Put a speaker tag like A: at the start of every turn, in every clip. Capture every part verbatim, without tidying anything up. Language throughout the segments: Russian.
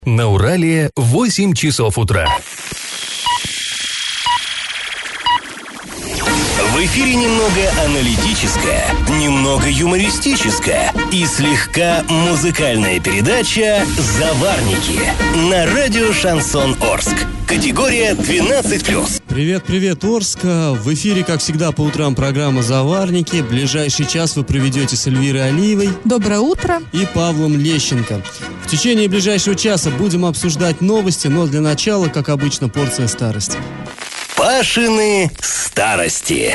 A: На Урале восемь часов утра. В эфире немного аналитическая, немного юмористическая и слегка музыкальная передача «Заварники» на радио «Шансон Орск». Категория двенадцать плюс.
B: Привет-привет, Орск. В эфире, как всегда, по утрам программа «Заварники». Ближайший час вы проведете с Эльвирой Алиевой.
C: Доброе утро.
B: И Павлом Лещенко. В течение ближайшего часа будем обсуждать новости, но для начала, как обычно, порция старости.
A: Пашины старости.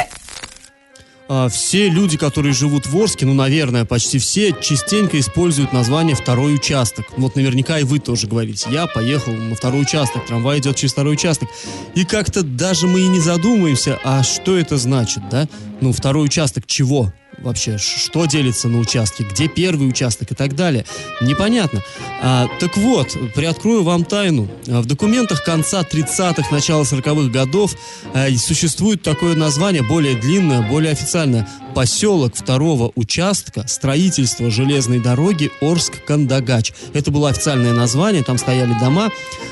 B: А, все люди, которые живут в Орске, ну, наверное, почти все, частенько используют название «второй участок». Вот наверняка и вы тоже говорите: я поехал на второй участок, трамвай идет через второй участок. И как-то даже мы и не задумываемся, а что это значит, да? Ну, второй участок чего? Вообще, что делится на участке, где первый участок и так далее. Непонятно. А, так вот, приоткрою вам тайну. В документах конца тридцатых, начала сороковых годов а, существует такое название, более длинное, более официальное. Поселок второго участка строительства железной дороги Орск-Кандагач. Это было официальное название, там стояли дома.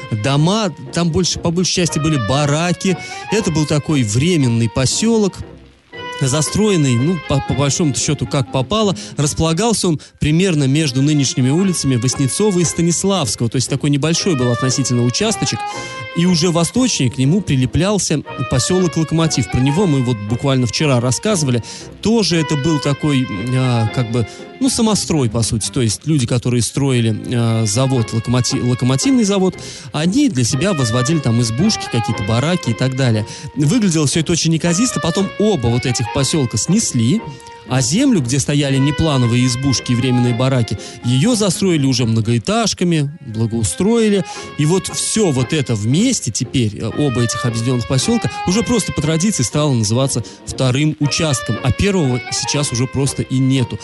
B: Дома, там больше, по большей части были бараки. Это был такой временный поселок, застроенный, ну, по, по большому счету, как попало. Располагался он примерно между нынешними улицами Васнецова и Станиславского. То есть такой небольшой был относительно участочек. И уже восточнее к нему прилеплялся поселок Локомотив. Про него мы вот буквально вчера рассказывали. Тоже это был такой, а, как бы, ну, самострой, по сути. То есть люди, которые строили а, завод, локомотив, локомотивный завод, они для себя возводили там избушки, какие-то бараки и так далее. Выглядело все это очень неказисто. Потом оба вот этих поселка снесли, а землю, где стояли неплановые избушки и временные бараки, ее застроили уже многоэтажками, благоустроили. И вот все вот это вместе теперь, оба этих объединенных поселка, уже просто по традиции стало называться вторым участком. А первого сейчас уже просто и нету.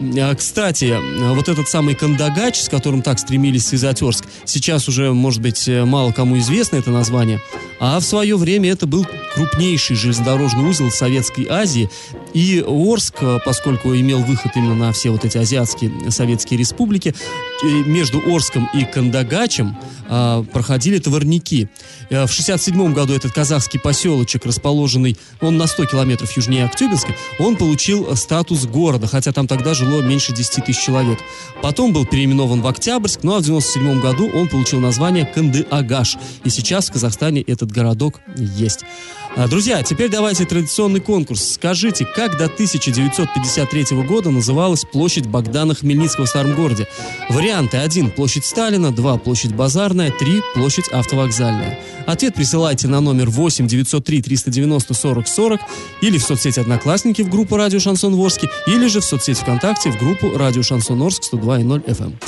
B: Кстати, вот этот самый Кандагач, с которым так стремились связать Орск, сейчас уже, может быть, мало кому известно это название. А в свое время это был крупнейший железнодорожный узел Советской Азии. И Орск, поскольку имел выход именно на все вот эти азиатские советские республики, между Орском и Кандагачем а, проходили товарники. В шестьдесят седьмом году этот казахский поселочек, расположенный, он на сто километров южнее Актюбинска, он получил статус города, хотя там тогда жило меньше десяти тысяч человек. Потом был переименован в Октябрьск, ну а в девяносто седьмом году он получил название Канды-Агаш. И сейчас в Казахстане этот городок есть. Друзья, теперь давайте традиционный конкурс. Скажите, как до тысяча девятьсот пятьдесят третьего года называлась площадь Богдана Хмельницкого в Старом Городе? Варианты: один — площадь Сталина, два — площадь Базарная, три — площадь Автовокзальная. Ответ присылайте на номер восемь девятьсот три триста девяносто сорок сорок или в соцсети «Одноклассники» в группу «Радио Шансон Орск», или же в соцсети ВКонтакте в группу «Радио Шансон Орск» сто два и ноль эф эм.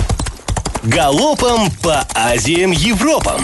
A: Галопом по Азиям Европам.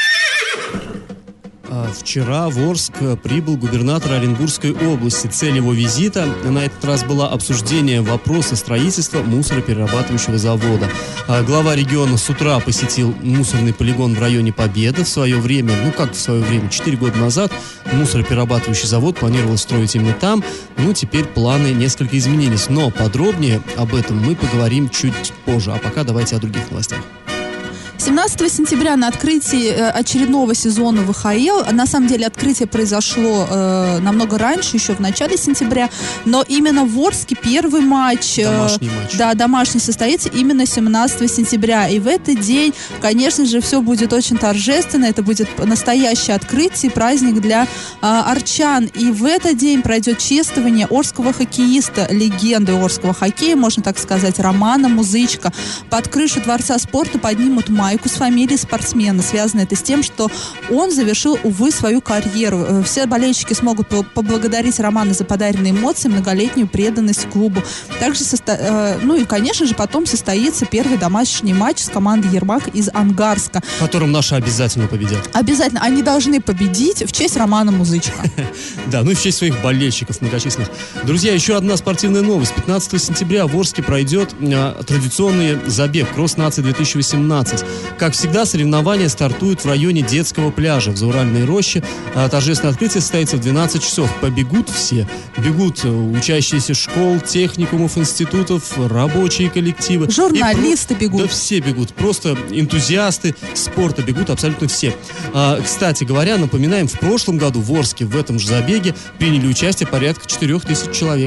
B: Вчера в Орск прибыл губернатор Оренбургской области. Цель его визита на этот раз была обсуждение вопроса строительства мусороперерабатывающего завода. Глава региона с утра посетил мусорный полигон в районе Победы. В свое время, ну как в свое время, четыре года назад мусороперерабатывающий завод планировалось строить именно там. Ну, теперь планы несколько изменились. Но подробнее об этом мы поговорим чуть позже. А пока давайте о других новостях.
C: семнадцатого сентября на открытии очередного сезона вэ ха эл, на самом деле открытие произошло э, намного раньше, еще в начале сентября, но именно в Орске первый матч, э,
B: домашний матч,
C: да, домашний состоится именно семнадцатого сентября. И в этот день, конечно же, все будет очень торжественно, это будет настоящее открытие, праздник для э, орчан. И в этот день пройдет чествование орского хоккеиста, легенды орского хоккея, можно так сказать, Романа Музычка. Под крышу Дворца спорта поднимут майку с фамилией спортсмена. Связано это с тем, что он завершил, увы, свою карьеру. Все болельщики смогут поблагодарить Романа за подаренные эмоции, многолетнюю преданность клубу. Также, состо... ну и, конечно же, потом состоится первый домашний матч с командой Ермак из Ангарска.
B: В котором наши обязательно победят.
C: Обязательно. Они должны победить в честь Романа Музычка.
B: Да, ну и в честь своих болельщиков многочисленных. Друзья, еще одна спортивная новость. пятнадцатого сентября в Орске пройдет традиционный забег «Кросс нации две тысячи восемнадцать». Как всегда, соревнования стартуют в районе детского пляжа в Зауральной роще. А торжественное открытие состоится в двенадцать часов. Побегут все. Бегут учащиеся школ, техникумов, институтов, рабочие коллективы.
C: Журналисты
B: про...
C: бегут.
B: Да все бегут. Просто энтузиасты спорта бегут абсолютно все. А, кстати говоря, напоминаем, в прошлом году в Орске в этом же забеге приняли участие порядка четырех тысяч человек.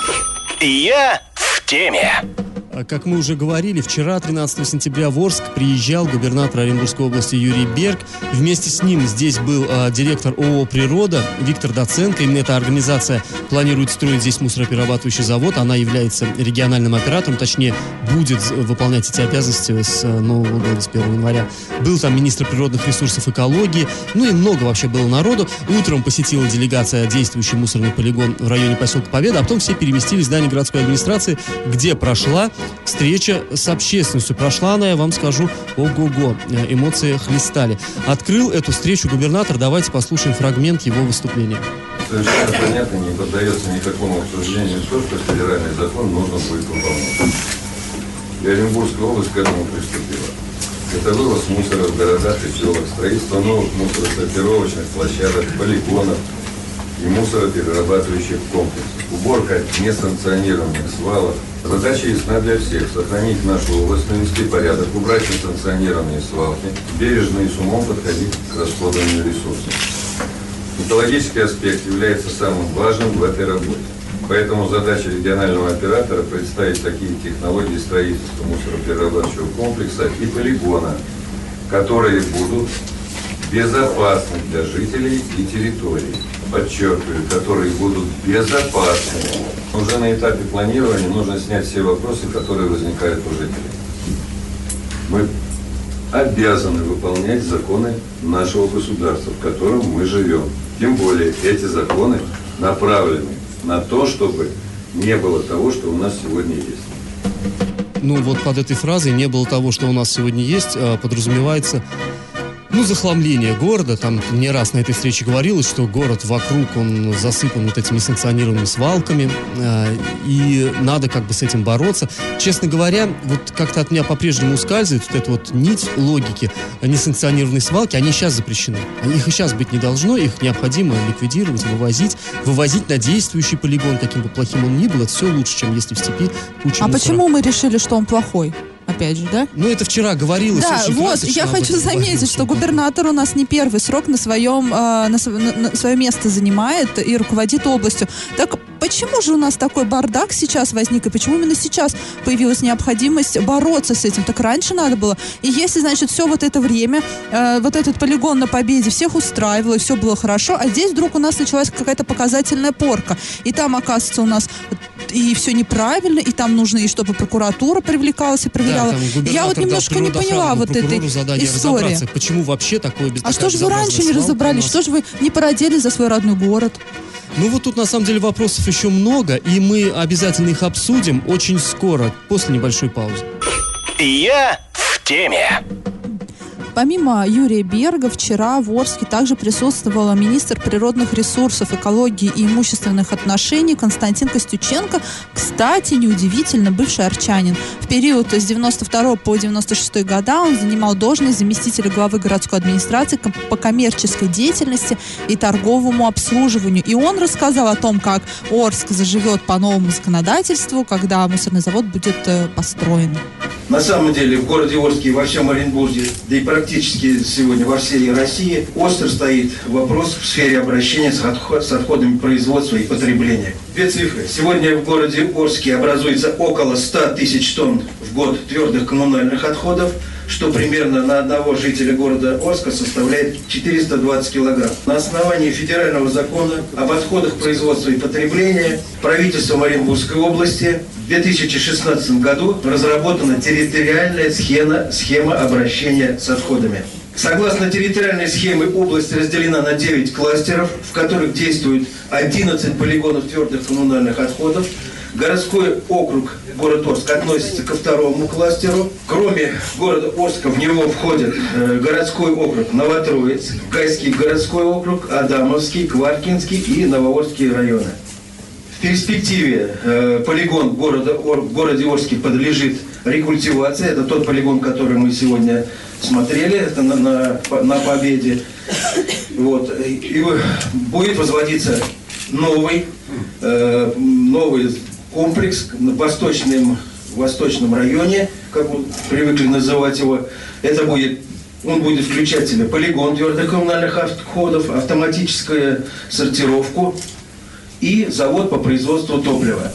A: Я в теме.
B: Как мы уже говорили, вчера, тринадцатого сентября, в Орск приезжал губернатор Оренбургской области Юрий Берг. Вместе с ним здесь был э, директор ООО «Природа» Виктор Доценко. Именно эта организация планирует строить здесь мусороперерабатывающий завод. Она является региональным оператором, точнее, будет выполнять эти обязанности с нового года, с первого января. Был там министр природных ресурсов, экологии. Ну и много вообще было народу. Утром посетила делегация действующий мусорный полигон в районе поселка Победа, а потом все переместились в здание городской администрации, где прошла встреча с общественностью. Прошла она, я вам скажу, ого-го, эмоции хлестали. Открыл эту встречу губернатор. Давайте послушаем фрагмент его выступления.
D: Совершенно понятно, не поддается никакому обсуждению то, что федеральный закон нужно будет выполнять. И Оренбургская область к этому приступила. Это вывоз мусора в городах и селах, строительство новых мусоросортировочных площадок, полигонов и мусороперерабатывающих комплексов, уборка несанкционированных свалок. Задача ясна для всех – сохранить нашу область, навести порядок, убрать несанкционированные свалки, бережно и с умом подходить к расходованию ресурсов. Экологический аспект является самым важным в этой работе. Поэтому задача регионального оператора – представить такие технологии строительства мусороперерабатывающего комплекса и полигона, которые будут безопасны для жителей и территорий. Подчеркиваю, которые будут безопасны. Уже на этапе планирования нужно снять все вопросы, которые возникают у жителей. Мы обязаны выполнять законы нашего государства, в котором мы живем. Тем более эти законы направлены на то, чтобы не было того, что у нас сегодня есть.
B: Ну вот под этой фразой «не было того, что у нас сегодня есть» подразумевается... Ну, захламление города, там не раз на этой встрече говорилось, что город вокруг, он засыпан вот этими несанкционированными свалками, э, и надо как бы с этим бороться. Честно говоря, вот как-то от меня по-прежнему ускальзывает вот эта вот нить логики несанкционированной свалки, они сейчас запрещены. Их и сейчас быть не должно, их необходимо ликвидировать, вывозить, вывозить на действующий полигон, каким бы плохим он ни был, это все лучше, чем если в степи куча
C: А
B: мусора.
C: Почему мы решили, что он плохой? Опять же, да?
B: Ну, это вчера говорилось.
C: Да, вот, я хочу заметить, что губернатор у нас не первый срок на своем, э, на, на, на свое место занимает и руководит областью. Так почему же у нас такой бардак сейчас возник, и почему именно сейчас появилась необходимость бороться с этим? Так раньше надо было. И если, значит, все вот это время, э, вот этот полигон на Победе всех устраивало, и все было хорошо, а здесь вдруг у нас началась какая-то показательная порка. И там, оказывается, у нас и все неправильно, и там нужно, и чтобы прокуратура привлекалась и проверяла. Да, я вот немножко не поняла вот этой истории.
B: Почему вообще такое без
C: А что же вы раньше не разобрались? Что же вы не породили за свой родной город?
B: Ну вот тут на самом деле вопросов еще много, и мы обязательно их обсудим очень скоро, после небольшой паузы.
A: Я в теме.
C: Помимо Юрия Берга, вчера в Орске также присутствовала министр природных ресурсов, экологии и имущественных отношений Константин Костюченко. Кстати, неудивительно, бывший орчанин. В период с девяносто второго по девяносто шестой года он занимал должность заместителя главы городской администрации по коммерческой деятельности и торговому обслуживанию. И он рассказал о том, как Орск заживет по новому законодательству, когда мусорный завод будет э, построен.
E: На самом деле в городе Орске и во всем Оренбурге, да и практически сегодня во всей России, остро стоит вопрос в сфере обращения с, отход, с отходами производства и потребления. Две цифры. Сегодня в городе Орске образуется около ста тысяч тонн в год твердых коммунальных отходов, что примерно на одного жителя города Орска составляет четыреста двадцать килограмм. На основании федерального закона об отходах производства и потребления правительством Оренбургской области в две тысячи шестнадцатом году разработана территориальная схема, схема обращения с отходами. Согласно территориальной схеме, область разделена на девять кластеров, в которых действует одиннадцать полигонов твердых коммунальных отходов. Городской округ город Орск относится ко второму кластеру. Кроме города Орска в него входят э, городской округ Новотроицк, Гайский городской округ, Адамовский, Кваркинский и Новоорские районы. В перспективе э, полигон города Ор, в городе Орске подлежит рекультивации. Это тот полигон, который мы сегодня смотрели это на, на, на Победе. Вот. И будет возводиться новый, э, новый комплекс в восточном, в восточном районе, как мы привыкли называть его. Это будет, он будет включать в себя полигон твердых коммунальных отходов, автоматическую сортировку и завод по производству топлива.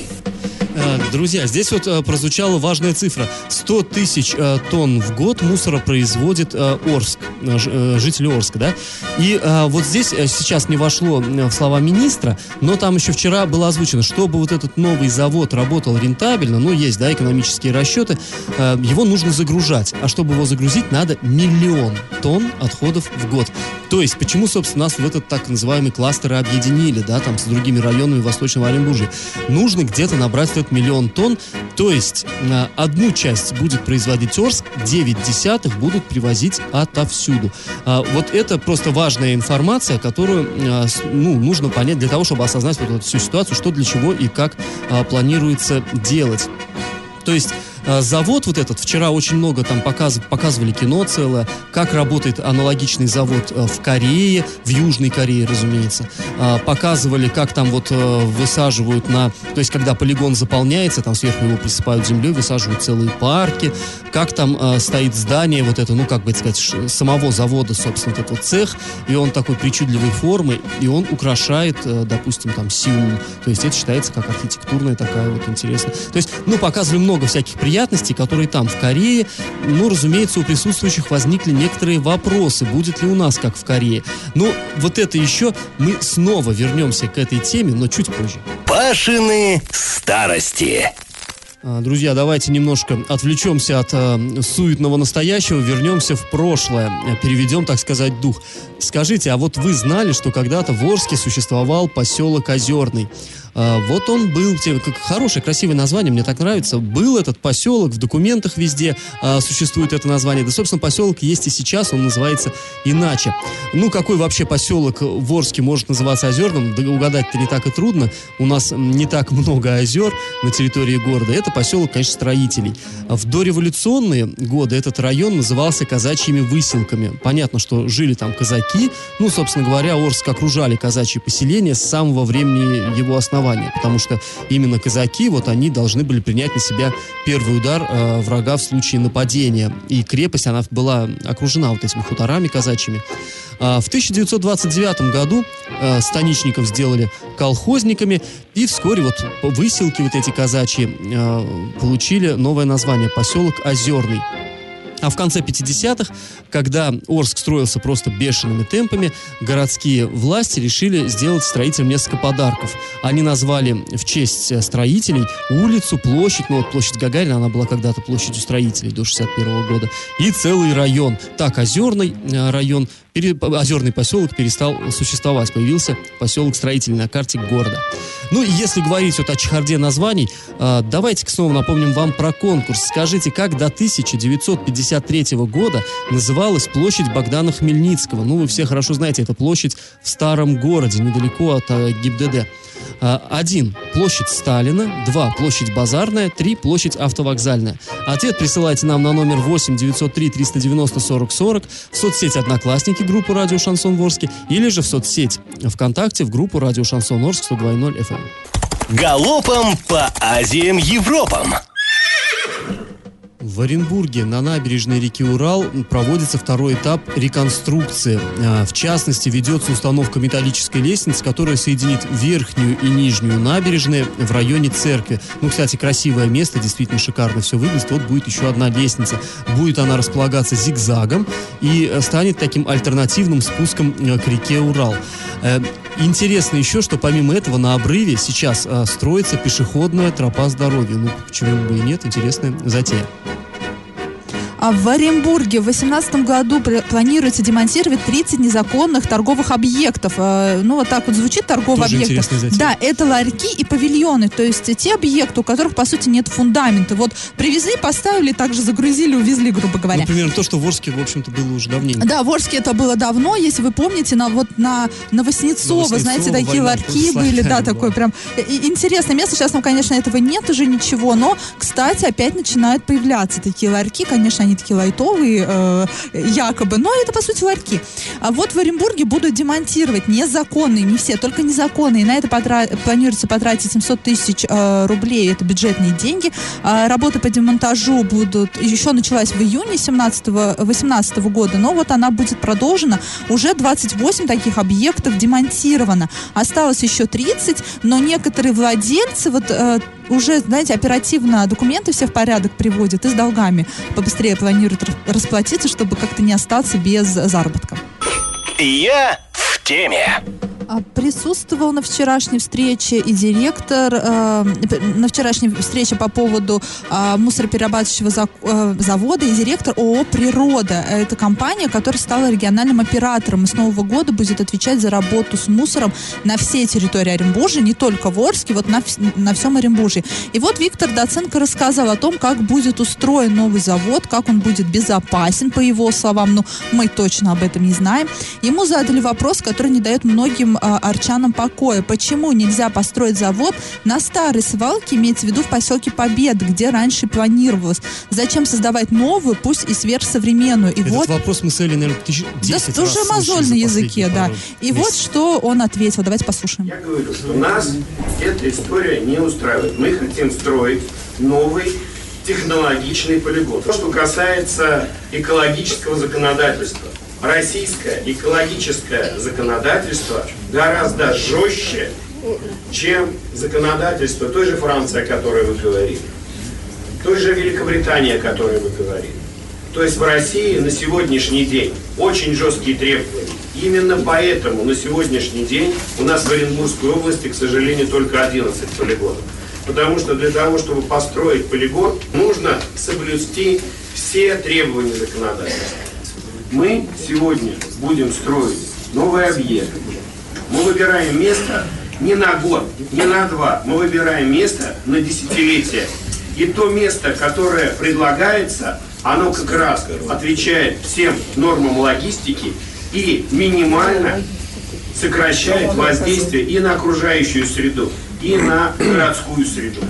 B: Друзья, здесь вот э, прозвучала важная цифра. сто тысяч э, тонн в год мусора производит э, Орск, э, жители Орска, да? И э, вот здесь э, сейчас не вошло в слова министра, но там еще вчера было озвучено, чтобы вот этот новый завод работал рентабельно, ну, есть, да, экономические расчеты, э, его нужно загружать. А чтобы его загрузить, надо миллион тонн отходов в год. То есть, почему, собственно, нас в этот так называемый кластер объединили, да, там, с другими районами Восточного Оренбуржья. Нужно где-то набрать этот миллион тонн, то есть на одну часть будет производить Орск, девять десятых будут привозить отовсюду. А, вот это просто важная информация, которую а, с, ну, нужно понять для того, чтобы осознать вот эту всю ситуацию, что для чего и как а, планируется делать. То есть завод вот этот, вчера очень много там показ, показывали кино целое, как работает аналогичный завод в Корее, в Южной Корее, разумеется. Показывали, как там вот высаживают на... То есть, когда полигон заполняется, там сверху его присыпают землей, высаживают целые парки, как там стоит здание вот это, ну, как бы сказать, самого завода, собственно, вот этот вот цех, и он такой причудливой формы, и он украшает, допустим, там, Сеул. То есть, это считается как архитектурная такая вот интересная... То есть, ну, показывали много всяких приятностей, которые там, в Корее. Ну, разумеется, у присутствующих возникли некоторые вопросы, будет ли у нас как в Корее. Но вот это еще, мы снова вернемся к этой теме, но чуть позже.
A: Пашины старости.
B: Друзья, давайте немножко отвлечемся от э, суетного настоящего, вернемся в прошлое, переведем, так сказать, дух. Скажите, а вот вы знали, что когда-то в Орске существовал поселок Озерный? Э, вот он был, как хорошее, красивое название, мне так нравится. Был этот поселок, в документах везде э, существует это название. Да, собственно, поселок есть и сейчас, он называется иначе. Ну, какой вообще поселок в Орске может называться Озерным? Да угадать-то не так и трудно. У нас не так много озер на территории города. Это поселок, конечно, строителей. В дореволюционные годы этот район назывался казачьими выселками. Понятно, что жили там казаки. Ну, собственно говоря, Орск окружали казачьи поселения с самого времени его основания, потому что именно казаки, вот они должны были принять на себя первый удар э, врага в случае нападения. И крепость, она была окружена вот этими хуторами казачьими. В тысяча девятьсот двадцать девятом году э, станичников сделали колхозниками, и вскоре вот выселки вот эти казачьи э, получили новое название — поселок Озерный. А в конце пятидесятых, когда Орск строился просто бешеными темпами, городские власти решили сделать строителям несколько подарков. Они назвали в честь строителей улицу, площадь, ну вот площадь Гагарина, она была когда-то площадью строителей до шестьдесят первого года, и целый район. Так, Озерный район, пере, Озерный поселок перестал существовать, появился поселок строителей на карте города. Ну и если говорить вот о чехарде названий, э, давайте-ка снова напомним вам про конкурс. Скажите, как до тысяча девятьсот пятьдесят третьего года называлась площадь Богдана Хмельницкого? Ну, вы все хорошо знаете, это площадь в старом городе, недалеко от э, ГИБДД. Один – площадь Сталина, два – площадь Базарная, три – площадь Автовокзальная. Ответ присылайте нам на номер восемь девятьсот три триста девяносто сорок сорок, в соцсеть «Одноклассники» группу «Радио Шансон Ворске» или же в соцсеть ВКонтакте в группу «Радио Шансон Орск» сто два и ноль эф эм.
A: Галопом по Азиям Европам.
B: В Оренбурге на набережной реки Урал проводится второй этап реконструкции. В частности, ведется установка металлической лестницы, которая соединит верхнюю и нижнюю набережные в районе церкви. Ну, кстати, красивое место, действительно шикарно все выглядит. Вот будет еще одна лестница. Будет она располагаться зигзагом и станет таким альтернативным спуском к реке Урал. Интересно еще, что помимо этого на обрыве сейчас строится пешеходная тропа здоровья. Ну, почему бы и нет, интересная затея.
C: А в Оренбурге в две тысячи восемнадцатом году планируется демонтировать тридцать незаконных торговых объектов. Ну, вот так вот звучит торговый
B: Тоже
C: объект. Да, это ларьки и павильоны. То есть те объекты, у которых, по сути, нет фундамента. Вот привезли, поставили, также загрузили, увезли, грубо говоря.
B: Например, то, что в Орске, в общем-то, было уже давненько.
C: Да, в Орске это было давно. Если вы помните, на, вот на Новоснецово, знаете, такие ларьки были. Да, такое прям интересное место. Сейчас там, конечно, этого нет уже ничего. Но, кстати, опять начинают появляться такие ларьки. Конечно, они такие лайтовые, э, якобы, но это, по сути, ларьки. А вот в Оренбурге будут демонтировать незаконные, не все, только незаконные. На это потра- планируется потратить семьсот тысяч э, рублей, это бюджетные деньги. А работы по демонтажу будут, еще началась в июне семнадцатого-восемнадцатого года, но вот она будет продолжена. Уже двадцать восемь таких объектов демонтировано. Осталось еще тридцать, но некоторые владельцы вот э, уже, знаете, оперативно документы все в порядок приводят и с долгами побыстрее планируют расплатиться, чтобы как-то не остаться без заработка.
A: Я в теме.
C: Присутствовал на вчерашней встрече и директор, э, на вчерашней встрече по поводу э, мусороперерабатывающего за, э, завода и директор ООО «Природа». Это компания, которая стала региональным оператором и с нового года будет отвечать за работу с мусором на всей территории Оренбуржья, не только в Орске, вот на, на всем Оренбуржье. И вот Виктор Доценко рассказал о том, как будет устроен новый завод, как он будет безопасен, по его словам, но мы точно об этом не знаем. Ему задали вопрос, который не дает многим арчанам покоя. Почему нельзя построить завод на старой свалке, имеется в виду в поселке Победа, где раньше планировалось? Зачем создавать новую, пусть и сверхсовременную? И
B: Этот
C: вот
B: вопрос мы с Элей, наверное, тысяч десять
C: да,
B: раз
C: уже мозоль на языке, да. И вот что он ответил. Давайте послушаем.
F: Я говорю, что нас эта история не устраивает. Мы хотим строить новый технологичный полигон. То, что касается экологического законодательства. Российское экологическое законодательство гораздо жестче, чем законодательство той же Франции, о которой вы говорили, той же Великобритании, о которой вы говорили. То есть в России на сегодняшний день очень жесткие требования. Именно поэтому на сегодняшний день у нас в Оренбургской области, к сожалению, только одиннадцать полигонов. Потому что для того, чтобы построить полигон, нужно соблюсти все требования законодательства. Мы сегодня будем строить новый объект. Мы выбираем место не на год, не на два. Мы выбираем место на десятилетие. И то место, которое предлагается, оно как раз отвечает всем нормам логистики и минимально сокращает воздействие и на окружающую среду, и на городскую среду.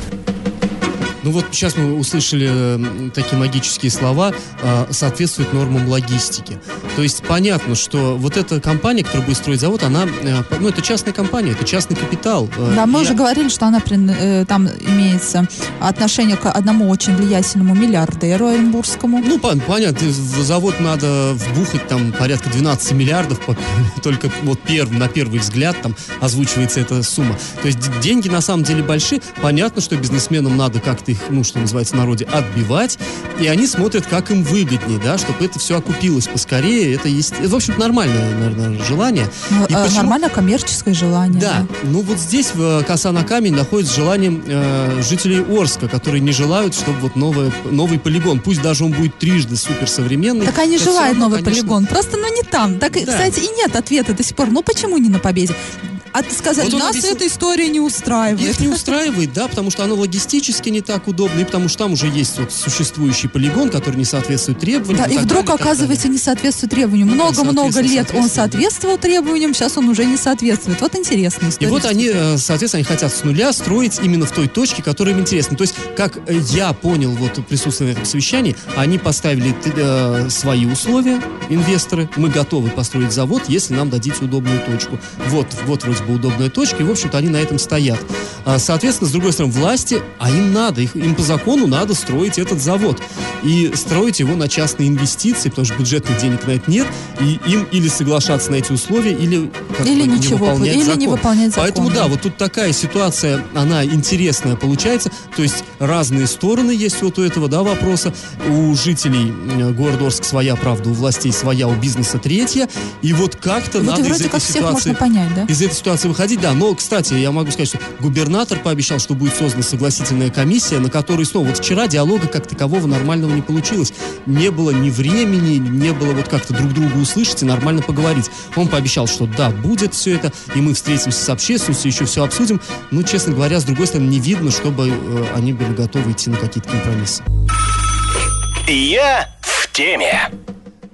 B: Ну вот сейчас мы услышали э, такие магические слова, э, соответствует нормам логистики. То есть понятно, что вот эта компания, которая будет строить завод, она, э, ну это частная компания, это частный капитал. Э,
C: да, мы
B: и...
C: уже говорили, что она э, там имеется отношение к одному очень влиятельному миллиардеру оренбургскому.
B: Ну, пон- понятно, в завод надо вбухать там порядка двенадцать миллиардов, по, только вот перв, на первый взгляд там озвучивается эта сумма. То есть деньги на самом деле большие. Понятно, что бизнесменам надо как-то их, ну, что называется в народе, отбивать, и они смотрят, как им выгоднее, да, чтобы это все окупилось поскорее. Это есть, в общем, нормальное, наверное, желание.
C: Ну,
B: и
C: э,
B: почему...
C: Нормальное коммерческое желание.
B: Да, да. Ну вот здесь в коса на камень находится желанием э, жителей Орска, которые не желают, чтобы вот новый, новый полигон, пусть даже он будет трижды суперсовременный.
C: Так они желают
B: равно,
C: новый
B: конечно...
C: полигон, просто ну не там. Так, да. Кстати, и нет ответа до сих пор. Ну почему не на Победе? А сказали, вот нас объяснил... эта история не устраивает.
B: Их не устраивает, да, потому что оно логистически не так удобно, и потому что там уже есть вот существующий полигон, который не соответствует требованиям.
C: Да, и, и вдруг, далее, оказывается, не соответствует требованиям. Много-много лет он соответствовал требованиям, сейчас он уже не соответствует. Вот интересная история.
B: И вот они, соответственно, они хотят с нуля строить именно в той точке, которая им интересна. То есть, как я понял, вот присутствуя на этом совещании, они поставили э, свои условия, инвесторы. Мы готовы построить завод, если нам дадите удобную точку. Вот, вот вроде бы удобная точка, и, в общем-то, они на этом стоят. Соответственно, с другой стороны, власти, а им надо, их, им по закону надо строить этот завод. И строить его на частные инвестиции, потому что бюджетных денег на это нет, и им или соглашаться на эти условия, или, как
C: или
B: бы,
C: ничего,
B: не выполнять
C: или
B: закон.
C: не выполнять закон.
B: Поэтому, да, вот тут такая ситуация, она интересная получается, то есть разные стороны есть вот у этого, да, вопроса. У жителей города Орск своя правда, у властей своя, у бизнеса третья, и вот как-то
C: вот
B: надо из этой
C: как
B: ситуации...
C: понять, да?
B: Из этой ситуации выходить, да. Но, кстати, я могу сказать, что губернатор пообещал, что будет создана согласительная комиссия, на которой снова, вот вчера диалога как такового нормального не получилось. Не было ни времени, не было вот как-то друг друга услышать и нормально поговорить. Он пообещал, что да, будет все это, и мы встретимся с общественностью, еще все обсудим. Но, честно говоря, с другой стороны, не видно, чтобы э, они были готовы идти на какие-то компромиссы.
A: Я в теме.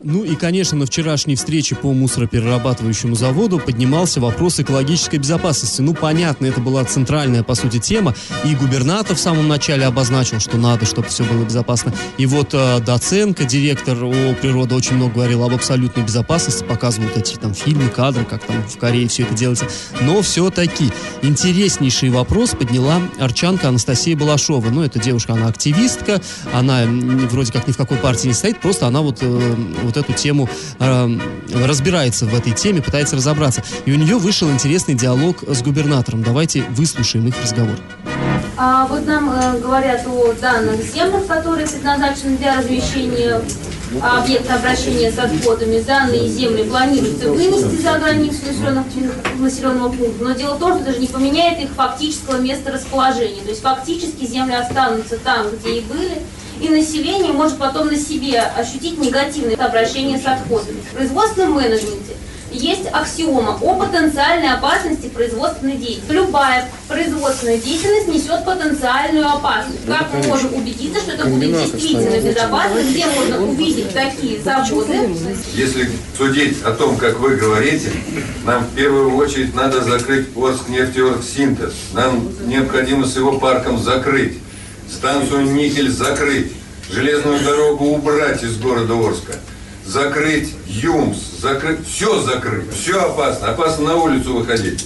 B: Ну и, конечно, на вчерашней встрече по мусороперерабатывающему заводу поднимался вопрос экологической безопасности. Ну, понятно, это была центральная, по сути, тема. И губернатор в самом начале обозначил, что надо, чтобы все было безопасно. И вот э, Доценко, директор ООО «Природа», очень много говорил об абсолютной безопасности, показывал вот эти там фильмы, кадры, как там в Корее все это делается. Но все-таки интереснейший вопрос подняла арчанка Анастасия Балашова. Ну, эта девушка, она активистка, она вроде как ни в какой партии не стоит, просто она вот, э, вот эту тему э, разбирается в этой теме, пытается разобраться. И у нее вышел интересный диалог с губернатором. Давайте выслушаем их разговор.
G: А вот нам э, говорят о данных землях, которые предназначены для размещения объекта обращения с отходами. Данные земли планируется вынести за границу населенного, населенного пункта, но дело в том, что это же не поменяет их фактического места расположения. То есть фактически земли останутся там, где и были, и население может потом на себе ощутить негативное обращение с отходами. В производственном менеджменте есть аксиома о потенциальной опасности производственной деятельности. Любая производственная деятельность несет потенциальную опасность. Как мы можем убедиться, что это будет действительно безопасно, где можно увидеть такие заводы?
D: Если судить о том, как вы говорите, нам в первую очередь надо закрыть Орскнефтеоргсинтез. Нам необходимо с его парком закрыть. Станцию «Никель» закрыть. Железную дорогу убрать из города Орска. Закрыть ЮМС, закрыть, все закрыть, все опасно, опасно на улицу выходить.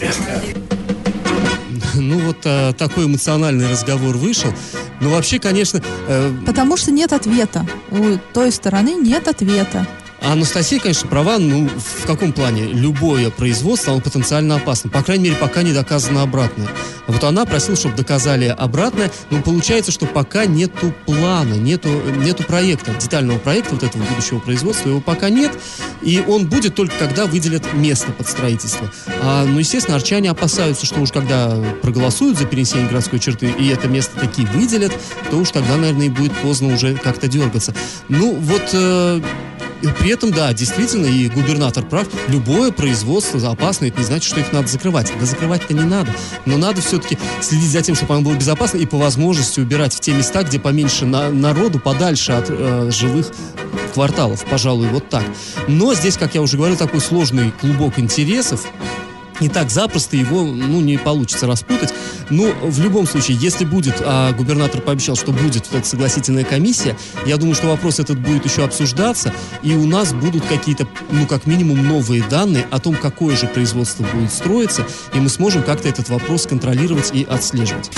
B: Ну вот а, такой эмоциональный разговор вышел. Но вообще, конечно... Э...
C: Потому что нет ответа. У той стороны нет ответа.
B: А Анастасия, конечно, права, ну, в каком плане? Любое производство, оно потенциально опасно. По крайней мере, пока не доказано обратное. Вот она просила, чтобы доказали обратное, но получается, что пока нету плана, нету, нету проекта, детального проекта вот этого будущего производства, его пока нет, и он будет только когда выделят место под строительство. А, ну, естественно, арчане опасаются, что уж когда проголосуют за перенесение городской черты, и это место таки выделят, то уж тогда, наверное, и будет поздно уже как-то дергаться. Ну, вот... Э- И при этом, да, действительно, и губернатор прав, любое производство опасно, это не значит, что их надо закрывать. Да закрывать-то не надо. Но надо все-таки следить за тем, чтобы оно было безопасно, и по возможности убирать в те места, где поменьше на, народу, подальше от э, живых кварталов, пожалуй, вот так. Но здесь, как я уже говорил, такой сложный клубок интересов. Не так запросто его, ну, не получится распутать. Но в любом случае, если будет, а губернатор пообещал, что будет вот эта согласительная комиссия, я думаю, что вопрос этот будет еще обсуждаться, и у нас будут какие-то, ну, как минимум, новые данные о том, какое же производство будет строиться, и мы сможем как-то этот вопрос контролировать и отслеживать.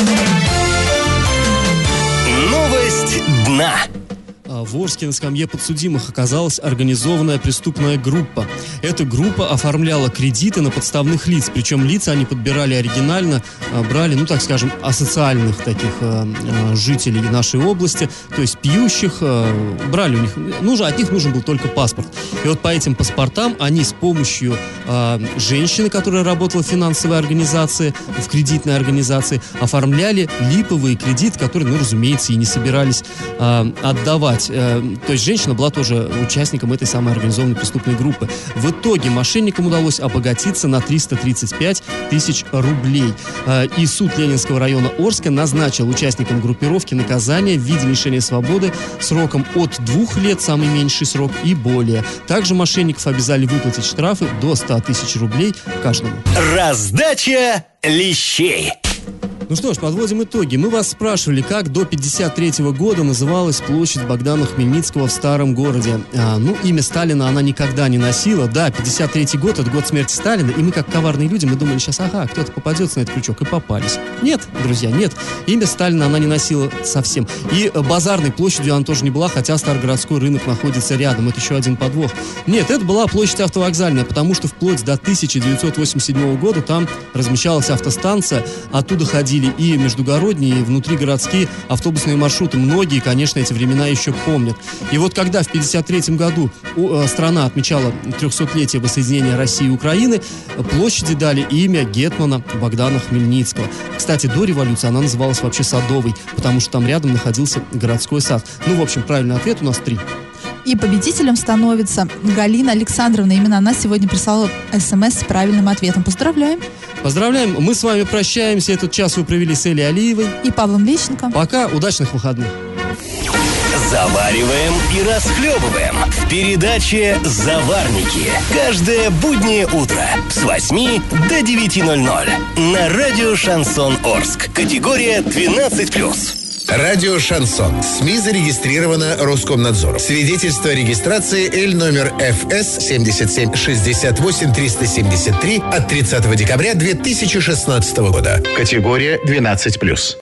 A: Новость дна.
B: В Орске на скамье подсудимых оказалась организованная преступная группа. Эта группа оформляла кредиты на подставных лиц, причем лица они подбирали оригинально, брали, ну так скажем, асоциальных таких э, жителей нашей области, то есть пьющих, э, брали у них, нужно, от них нужен был только паспорт. И вот по этим паспортам они с помощью э, женщины, которая работала в финансовой организации, в кредитной организации, оформляли липовые кредиты, которые, ну, разумеется, и не собирались э, отдавать. То есть женщина была тоже участником этой самой организованной преступной группы. В итоге мошенникам удалось обогатиться на триста тридцать пять тысяч рублей. И суд Ленинского района Орска назначил участникам группировки наказание в виде лишения свободы сроком от двух лет, самый меньший срок, и более. Также мошенников обязали выплатить штрафы до ста тысяч рублей каждому.
A: Раздача лещей.
B: Ну что ж, подводим итоги. Мы вас спрашивали, как до пятьдесят третьего года называлась площадь Богдана Хмельницкого в Старом городе. А, ну, имя Сталина она никогда не носила. Да, пятьдесят третий год, это год смерти Сталина, и мы, как коварные люди, мы думали сейчас, ага, кто-то попадется на этот крючок, и попались. Нет, друзья, нет. Имя Сталина она не носила совсем. И базарной площадью она тоже не была, хотя Старогородской рынок находится рядом. Это еще один подвох. Нет, это была площадь автовокзальная, потому что вплоть до тысяча девятьсот восемьдесят седьмого года там размещалась автостанция, оттуда ходили и междугородние, и внутригородские автобусные маршруты. Многие, конечно, эти времена еще помнят. И вот когда в пятьдесят третьем году страна отмечала трехсотлетие воссоединения России и Украины, площади дали имя гетмана Богдана Хмельницкого. Кстати, до революции она называлась вообще Садовой, потому что там рядом находился городской сад. Ну, в общем, правильный ответ у нас три.
C: И победителем становится Галина Александровна. Именно она сегодня прислала смс с правильным ответом. Поздравляем.
B: Поздравляем. Мы с вами прощаемся. Этот час вы провели с Элей Алиевой
C: и Павлом Лещенко.
B: Пока. Удачных выходных.
A: завариваем и расхлебываем в передаче «Заварники». Каждое буднее утро с восьми до девяти ноль-ноль на радио «Шансон Орск». Категория двенадцать плюс.
H: Радио «Шансон». СМИ зарегистрировано Роскомнадзором. Свидетельство о регистрации Л номер Ф С семьдесят семь шестьдесят восемь триста семьдесят три от тридцатого декабря две тысячи шестнадцатого года. Категория двенадцать плюс.